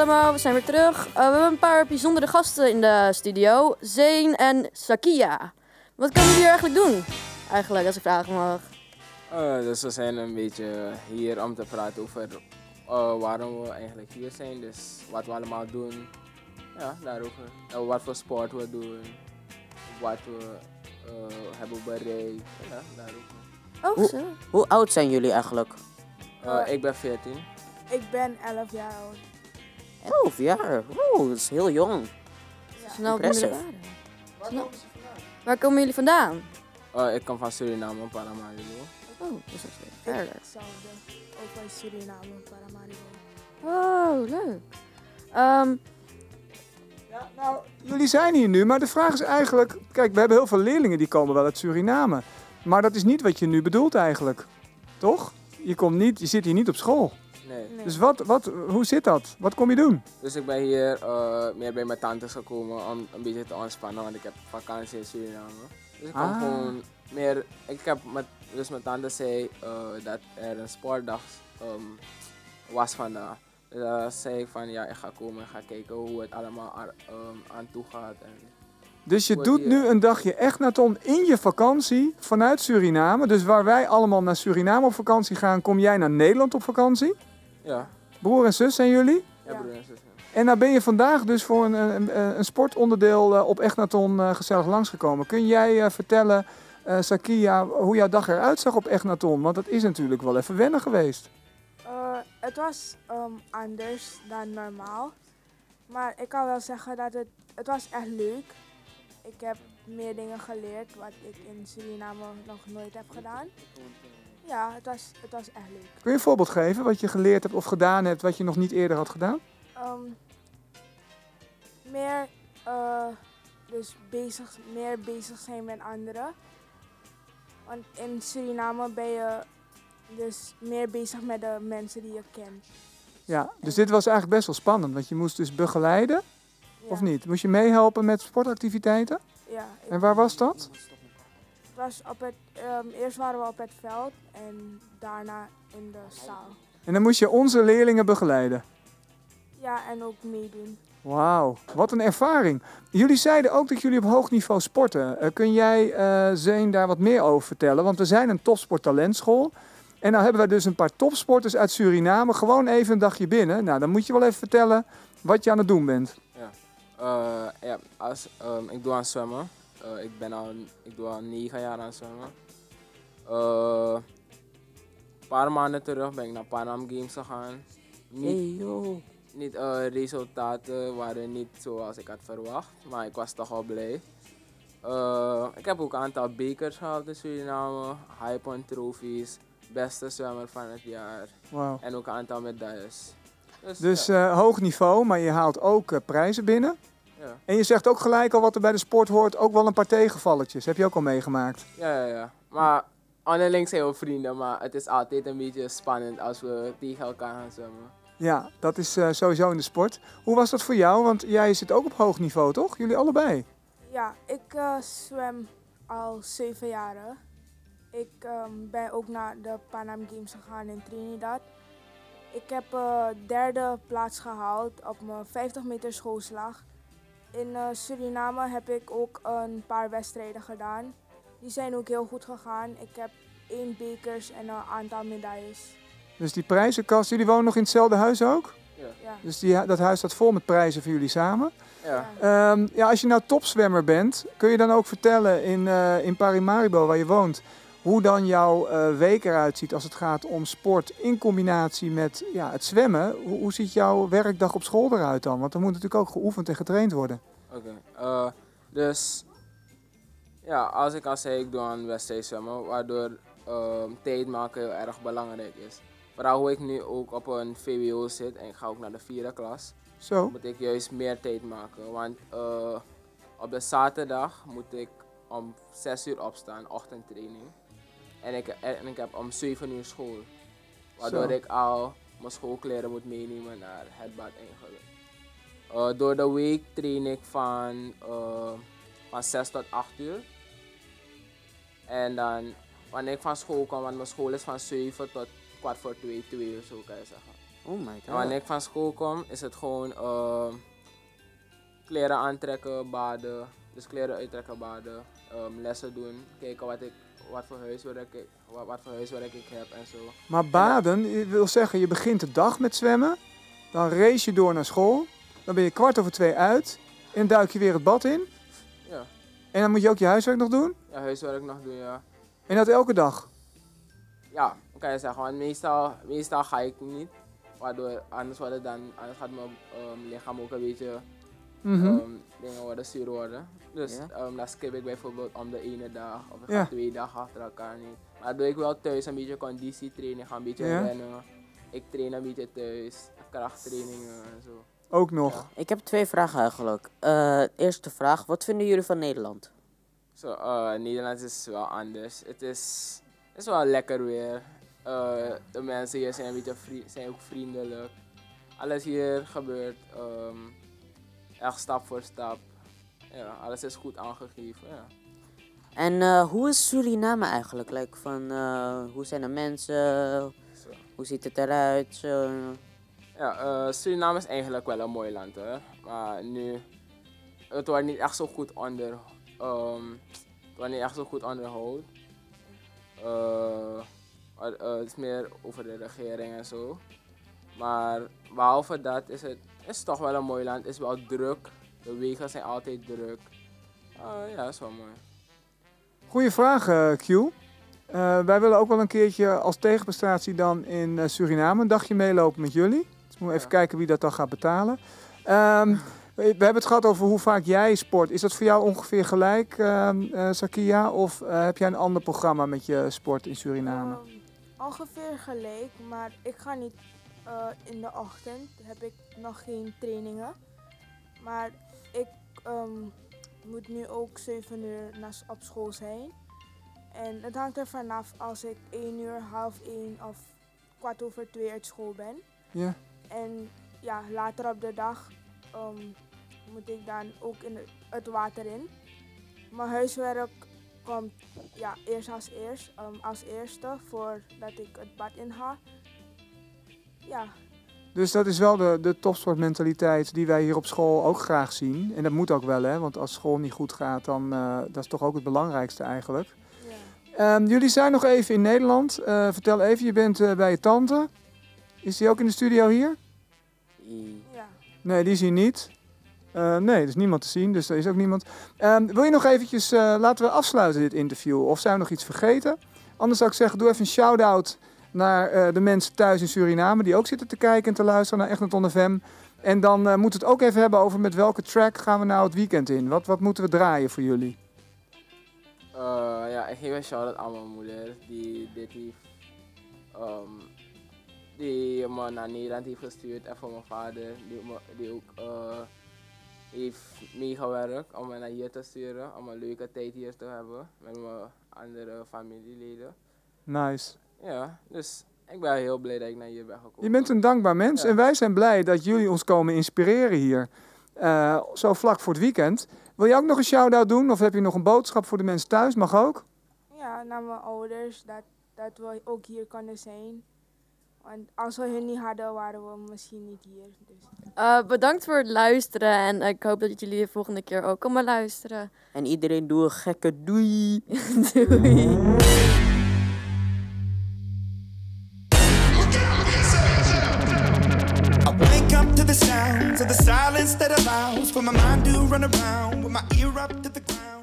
allemaal, we zijn weer terug. We hebben een paar bijzondere gasten in de studio. Zane en Sakia. Wat kunnen jullie hier eigenlijk doen? Eigenlijk, als ik vragen mag. Dus we zijn een beetje hier om te praten over waarom we eigenlijk hier zijn. Dus wat we allemaal doen. Ja, daarover. Wat voor sport we doen. Wat we hebben bereikt. Ja, daarover. Oh, zo. Hoe oud zijn jullie eigenlijk? Ik ben 14. Ik ben 11 jaar oud. 11 jaar. Oeh, dat is heel jong. Snel impressive. Waar komen jullie vandaan? Ik kom van Suriname, Paramaribo. Oh, dat is wel verder. Hetzelfde. Ook uit Suriname, Paramaribo. Oh, leuk. Ja, nou, jullie zijn hier nu, maar de vraag is eigenlijk... Kijk, we hebben heel veel leerlingen die komen wel uit Suriname. Maar dat is niet wat je nu bedoelt eigenlijk. Toch? Je zit hier niet op school. Nee. Nee. Dus hoe zit dat? Wat kom je doen? Dus ik ben hier meer bij mijn tantes gekomen om een beetje te ontspannen, want ik heb vakantie in Suriname. Dus ik kom gewoon meer... Dus mijn tante zei dat er een sportdag was vandaag. Dus zei ik van ja, ik ga komen en ga kijken hoe het allemaal aan toe gaat. En Dus je Hoe doet die, nu een dagje Echnaton in je vakantie vanuit Suriname. Dus waar wij allemaal naar Suriname op vakantie gaan, kom jij naar Nederland op vakantie. ja, Broer en zus zijn jullie. ja, Ja. broer en zus. En nou ben je vandaag dus voor een sportonderdeel op Echnaton gezellig langsgekomen. Kun jij vertellen, Sakia, hoe jouw dag eruit zag op Echnaton? Want dat is natuurlijk wel even wennen geweest. Het was anders dan normaal. Maar ik kan wel zeggen dat het was echt leuk. Ik heb meer dingen geleerd wat ik in Suriname nog nooit heb gedaan. Ja, het was echt leuk. Kun je een voorbeeld geven wat je geleerd hebt of gedaan hebt wat je nog niet eerder had gedaan? Meer, meer bezig zijn met anderen. Want in Suriname ben je dus meer bezig met de mensen die je kent. Ja, dus dit was eigenlijk best wel spannend, want je moest dus begeleiden, Ja. of niet? Moest je meehelpen met sportactiviteiten? Ja. En waar was dat? Het was eerst waren we op het veld en daarna in de zaal. En dan moest je onze leerlingen begeleiden. Ja, en ook meedoen. Wauw, wat een ervaring. Jullie zeiden ook dat jullie op hoog niveau sporten. Kun jij, Zeen, daar wat meer over vertellen? Want we zijn een topsporttalentschool. En nou hebben wij dus een paar topsporters uit Suriname gewoon even een dagje binnen. Nou, dan moet je wel even vertellen wat je aan het doen bent. Ja, ik doe aan zwemmen. Ik doe al 9 jaar aan zwemmen. Een paar maanden terug ben ik naar Panam Games gegaan. Hey joh. Resultaten waren niet zoals ik had verwacht, maar ik was toch wel blij. Ik heb ook een aantal bekers gehaald in Suriname, High Point Trophies, beste zwemmer van het jaar Wauw. en ook een aantal medailles. Dus ja, hoog niveau, maar je haalt ook prijzen binnen. ja. En je zegt ook gelijk al wat er bij de sport hoort, ook wel een paar tegenvalletjes. Heb je ook al meegemaakt? Ja. Maar onderling zijn we vrienden, maar het is altijd een beetje spannend als we tegen elkaar gaan zwemmen. Ja, dat is sowieso in de sport. Hoe was dat voor jou? Want jij zit ook op hoog niveau, toch? Jullie allebei? Ja, ik zwem al 7 jaar. Ik ben ook naar de Panam Games gegaan in Trinidad. Ik heb 3e plaats gehaald op mijn 50 meter schoolslag. In Suriname heb ik ook een paar wedstrijden gedaan. Die zijn ook heel goed gegaan. Ik heb 1 bekers en een aantal medailles. Dus die prijzenkast, jullie wonen nog in hetzelfde huis ook? Ja. Dus dat huis staat vol met prijzen voor jullie samen. Ja. Ja, als je nou topzwemmer bent, kun je dan ook vertellen in Paramaribo, waar je woont, hoe dan jouw week eruit ziet als het gaat om sport in combinatie met het zwemmen? Hoe ziet jouw werkdag op school eruit dan? Want er moet natuurlijk ook geoefend en getraind worden. Oké. Dus ja, als ik al zei, ik doe aan wedstrijd zwemmen, waardoor tijd maken heel erg belangrijk is. Vooral hoe ik nu ook op een VWO zit en ik ga ook naar de 4e klas, Zo. moet ik juist meer tijd maken. Want op de zaterdag moet ik om 6 uur opstaan, ochtendtraining. En ik heb om 7 uur school. Waardoor Zo. ik al mijn schoolkleren moet meenemen naar het bad eigenlijk. Door de week train ik van 6 tot 8 uur. En dan wanneer ik van school kom, want mijn school is van 7 tot 2:15, 2 of zo kan je zeggen. Oh my En god. wanneer ik van school kom, is het gewoon kleren aantrekken, baden. Dus kleren uittrekken, baden. Lessen doen. Kijken wat voor huiswerk ik heb en zo. Maar baden, je wil zeggen, je begint de dag met zwemmen. Dan race je door naar school. Dan ben je 2:15 uit. En duik je weer het bad in. Ja, En dan moet je ook je huiswerk nog doen. ja huiswerk nog doen, ja. En dat elke dag. Ja, kan je zeggen. Want meestal ga ik niet. Waardoor anders gaat mijn lichaam ook een beetje Mhm. dingen worden zuur worden. Dus Ja. dan skip ik bijvoorbeeld om de ene dag of ik Ja. ga 2 dagen achter elkaar niet. Maar doe ik wel thuis een beetje conditietraining, ga een beetje Ja. rennen. Ik train een beetje thuis, krachttrainingen en zo. Ook nog. Ja. Ik heb 2 vragen eigenlijk. Eerste vraag, wat vinden jullie van Nederland? Zo, Nederland is wel anders. Het is wel lekker weer. De mensen hier zijn een beetje zijn ook vriendelijk. Alles hier gebeurt echt stap voor stap. Ja, alles is goed aangegeven. Ja. En hoe is Suriname eigenlijk? Like, hoe zijn de mensen? Zo. Hoe ziet het eruit? Zo. Ja, Suriname is eigenlijk wel een mooi land, hè. Maar nu, het wordt niet echt zo goed onderhouden. Het is meer over de regering en zo. Maar behalve dat is toch wel een mooi land. Het is wel druk. De wegen zijn altijd druk. Ja, dat is wel mooi. Goeie vraag, Q. Wij willen ook wel een keertje als tegenprestatie dan in Suriname een dagje meelopen met jullie. Dus moeten we even kijken wie dat dan gaat betalen. We hebben het gehad over hoe vaak jij sport. Is dat voor jou ongeveer gelijk, Sakia? Of heb jij een ander programma met je sport in Suriname? Ongeveer gelijk, maar ik ga niet in de ochtend. Heb ik nog geen trainingen. Maar ik moet nu ook 7 uur op school zijn. En het hangt er vanaf als ik 1 uur, half 1 of 2:15 uit school ben. Ja. En ja, later op de dag moet ik dan ook in het water in. Mijn huiswerk komt eerst als eerste voordat ik het bad in ga. Ja, Dus dat is wel de topsportmentaliteit die wij hier op school ook graag zien. En dat moet ook wel, hè? Want als school niet goed gaat, dan dat is toch ook het belangrijkste eigenlijk. ja. Jullie zijn nog even in Nederland. Vertel even, je bent bij je tante. Is die ook in de studio hier? Ja. Nee, die is hier niet. Nee, er is niemand te zien, dus er is ook niemand. Wil je nog eventjes, laten we afsluiten dit interview, of zijn we nog iets vergeten? Anders zou ik zeggen, doe even een shout-out naar de mensen thuis in Suriname, die ook zitten te kijken en te luisteren naar Echnaton FM. En dan moeten we het ook even hebben over met welke track gaan we nou het weekend in. Wat moeten we draaien voor jullie? Ja, ik geef een shout-out aan mijn moeder die dit heeft, die me naar Nederland heeft gestuurd. En voor mijn vader die ook heeft meegewerkt om me naar hier te sturen. Om een leuke tijd hier te hebben met mijn andere familieleden. Nice. Ja, dus ik ben heel blij dat ik naar hier ben gekomen. Je bent een dankbaar mens Ja. en wij zijn blij dat jullie ons komen inspireren hier. Zo vlak voor het weekend. Wil je ook nog een shout-out doen of heb je nog een boodschap voor de mensen thuis? Mag ook. Ja, naar mijn ouders, dat we ook hier konden zijn. Want als we hun niet hadden, waren we misschien niet hier. Dus. Bedankt voor het luisteren en ik hoop dat jullie de volgende keer ook komen luisteren. En iedereen doe een gekke doei. Doei. I wake up to the sounds of the silence that allows for my mind to run around with my ear up to the ground.